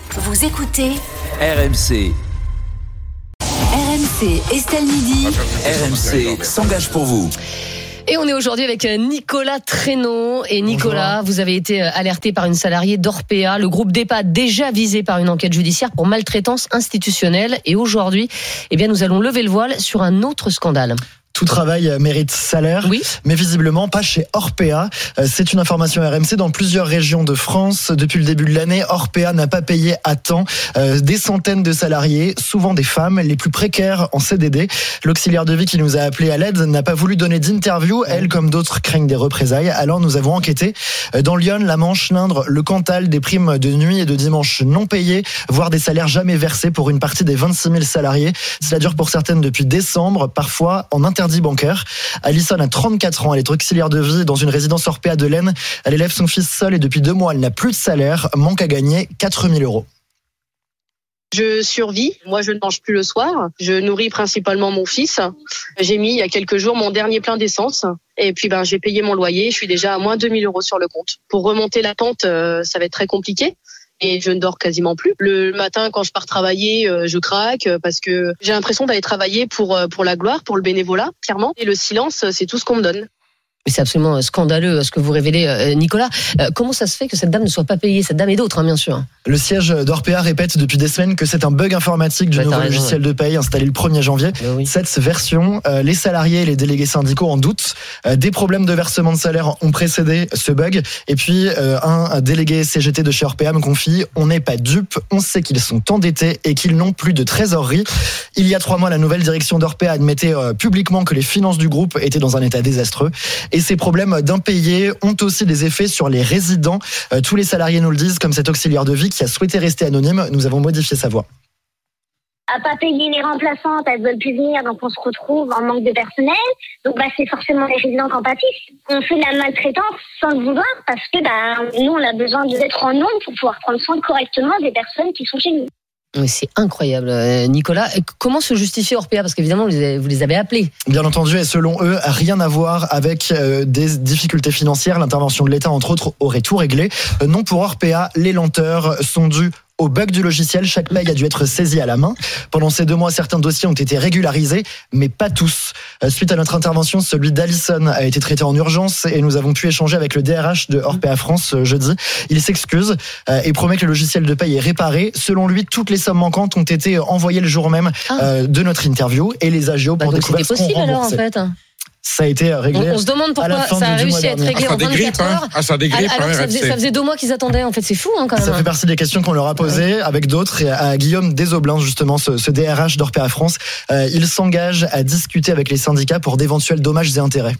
Vous écoutez RMC. RMC Estelle Midi. RMC s'engage pour vous. Et on est aujourd'hui avec Nicolas Traîneau. Et Nicolas, bonjour. Vous avez été alerté par une salariée d'Orpea, le groupe d'EHPAD déjà visé par une enquête judiciaire pour maltraitance institutionnelle. Et aujourd'hui, nous allons lever le voile sur un autre scandale. Tout travail mérite salaire, oui. Mais visiblement pas chez Orpea. C'est une information RMC dans plusieurs régions de France. Depuis le début de l'année, Orpea n'a pas payé à temps des centaines de salariés, souvent des femmes, les plus précaires en CDD. L'auxiliaire de vie qui nous a appelé à l'aide n'a pas voulu donner d'interview. Elle, comme d'autres, craignent des représailles. Alors nous avons enquêté dans l'Yonne, la Manche, l'Indre, le Cantal, des primes de nuit et de dimanche non payées, voire des salaires jamais versés pour une partie des 26 000 salariés. Cela dure pour certaines depuis décembre, parfois en interdit bancaire. Alison a 34 ans, elle est auxiliaire de vie dans une résidence Orpea de l'Aisne. Elle élève son fils seul et depuis 2 mois, elle n'a plus de salaire, manque à gagner 4 000 €. Je survis, moi je ne mange plus le soir, je nourris principalement mon fils. J'ai mis il y a quelques jours mon dernier plein d'essence et puis j'ai payé mon loyer, je suis déjà à moins 2 000 € sur le compte. Pour remonter la pente, ça va être très compliqué. Et je ne dors quasiment plus. Le matin, quand je pars travailler, je craque parce que j'ai l'impression d'aller travailler pour la gloire, pour le bénévolat, clairement. Et le silence, c'est tout ce qu'on me donne. Mais c'est absolument scandaleux ce que vous révélez, Nicolas. Comment ça se fait que cette dame ne soit pas payée, cette dame et d'autres, bien sûr? Le siège d'Orpea répète depuis des semaines que c'est un bug informatique du nouveau logiciel de paye installé le 1er janvier. Oui. Cette version, les salariés et les délégués syndicaux en doutent. Des problèmes de versement de salaire ont précédé ce bug. Et puis, un délégué CGT de chez Orpea me confie, on n'est pas dupes, on sait qu'ils sont endettés et qu'ils n'ont plus de trésorerie. Il y a 3 mois, la nouvelle direction d'Orpea admettait publiquement que les finances du groupe étaient dans un état désastreux. Et ces problèmes d'impayés ont aussi des effets sur les résidents. Tous les salariés nous le disent, comme cet auxiliaire de vie qui a souhaité rester anonyme. Nous avons modifié sa voix. À pas payer les remplaçantes, elles veulent plus venir, donc on se retrouve en manque de personnel. Donc c'est forcément les résidents qui en pâtissent. On fait de la maltraitance sans le vouloir parce que nous on a besoin d'être en nombre pour pouvoir prendre soin correctement des personnes qui sont chez nous. Mais c'est incroyable, Nicolas. Comment se justifie Orpea? Parce qu'évidemment, vous les avez appelés. Bien entendu, et selon eux, rien à voir avec des difficultés financières. L'intervention de l'État, entre autres, aurait tout réglé. Non, pour Orpea, les lenteurs sont dues au bug du logiciel. Chaque paye a dû être saisie à la main. Pendant ces 2 mois, certains dossiers ont été régularisés, mais pas tous. Suite à notre intervention, celui d'Alison a été traité en urgence et nous avons pu échanger avec le DRH de Orpea France jeudi. Il s'excuse et promet que le logiciel de paye est réparé. Selon lui, toutes les sommes manquantes ont été envoyées le jour même de notre interview et les agios pour découvrir ce qu'on remboursait. C'était possible alors, en fait. Ça a été réglé. On se demande pourquoi ça a réussi à être réglé en 24 heures. Ça dégrippe, alors que ça faisait 2 mois qu'ils attendaient. En fait, c'est fou quand même. Ça fait partie des questions qu'on leur a posées avec d'autres. Et à Guillaume Desoblins, justement, ce DRH d'Orpea France, il s'engage à discuter avec les syndicats pour d'éventuels dommages et intérêts.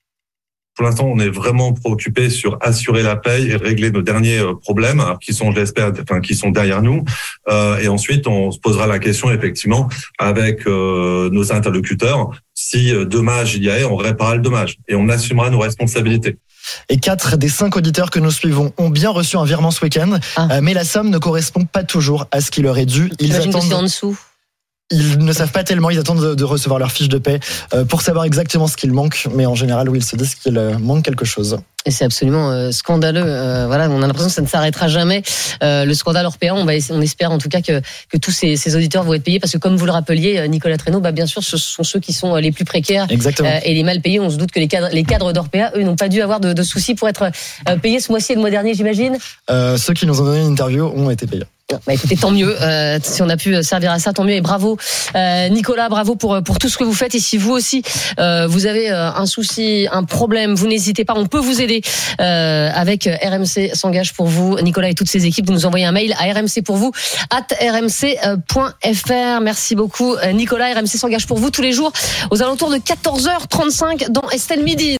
Pour l'instant, on est vraiment préoccupé sur assurer la paye et régler nos derniers problèmes, qui sont, je l'espère, qui sont derrière nous. Et ensuite, on se posera la question, effectivement, avec nos interlocuteurs. Si dommage il y a, on réparera le dommage et on assumera nos responsabilités. Et 4 des 5 auditeurs que nous suivons ont bien reçu un virement ce week-end, mais la somme ne correspond pas toujours à ce qu'il aurait dû. J'imagine que c'est en dessous. Ils ne savent pas tellement, ils attendent de recevoir leur fiche de paie pour savoir exactement ce qu'il manque. Mais en général, oui, ils se disent qu'il manque quelque chose. Et c'est absolument scandaleux. Voilà, on a l'impression que ça ne s'arrêtera jamais. Le scandale Orpea, on espère en tout cas que tous ces auditeurs vont être payés parce que comme vous le rappeliez, Nicolas Traîneau, bien sûr, ce sont ceux qui sont les plus précaires et les mal payés. On se doute que les cadres d'Orpea, eux, n'ont pas dû avoir de soucis pour être payés ce mois-ci et le mois dernier, j'imagine. Ceux qui nous ont donné une interview ont été payés. Écoutez, tant mieux. Si on a pu servir à ça, tant mieux. Et bravo, Nicolas, bravo pour tout ce que vous faites. Et si vous aussi, vous avez un souci, un problème, vous n'hésitez pas. On peut vous aider avec RMC s'engage pour vous. Nicolas et toutes ses équipes, vous nous envoyez un mail à rmcpourvous@rmc.fr. Merci beaucoup, Nicolas. RMC s'engage pour vous tous les jours aux alentours de 14h35 dans Estelle Midi.